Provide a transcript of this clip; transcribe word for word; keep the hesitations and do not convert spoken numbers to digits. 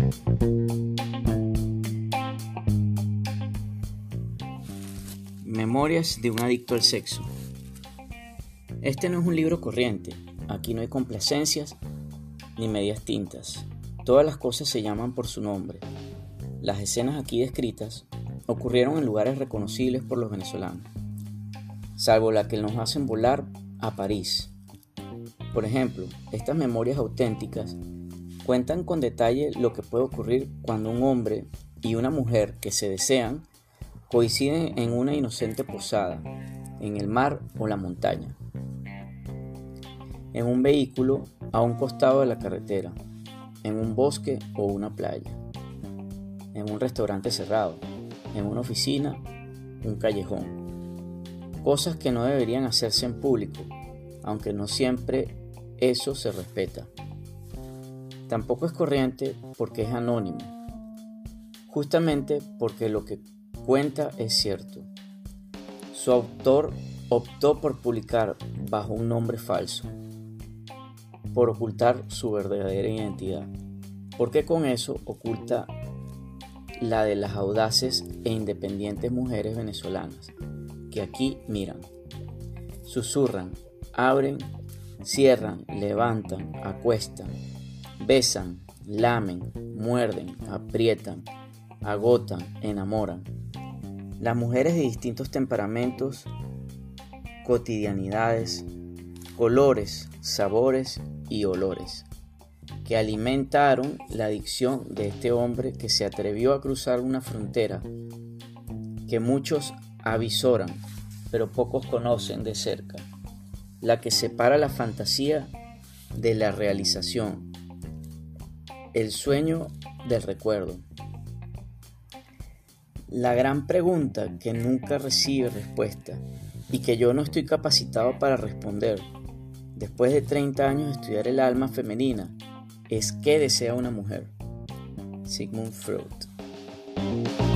Memorias de un adicto al sexo. Este no es un libro corriente. Aquí no hay complacencias ni medias tintas. Todas las cosas se llaman por su nombre. Las escenas aquí descritas ocurrieron en lugares reconocibles por los venezolanos, salvo la que nos hacen volar a París. Por ejemplo, estas memorias auténticas cuentan con detalle lo que puede ocurrir cuando un hombre y una mujer que se desean coinciden en una inocente posada, en el mar o la montaña, en un vehículo a un costado de la carretera, en un bosque o una playa, en un restaurante cerrado, en una oficina, un callejón. Cosas que no deberían hacerse en público, aunque no siempre eso se respeta. Tampoco es corriente porque es anónimo, justamente porque lo que cuenta es cierto. Su autor optó por publicar bajo un nombre falso, por ocultar su verdadera identidad, porque con eso oculta la de las audaces e independientes mujeres venezolanas que aquí miran, susurran, abren, cierran, levantan, acuestan, besan, lamen, muerden, aprietan, agotan, enamoran. Las mujeres de distintos temperamentos, cotidianidades, colores, sabores y olores, que alimentaron la adicción de este hombre que se atrevió a cruzar una frontera que muchos avisoran, pero pocos conocen de cerca, la que separa la fantasía de la realización, el sueño del recuerdo. La gran pregunta que nunca recibe respuesta y que yo no estoy capacitado para responder, después de treinta años de estudiar el alma femenina, es ¿qué desea una mujer? Sigmund Freud.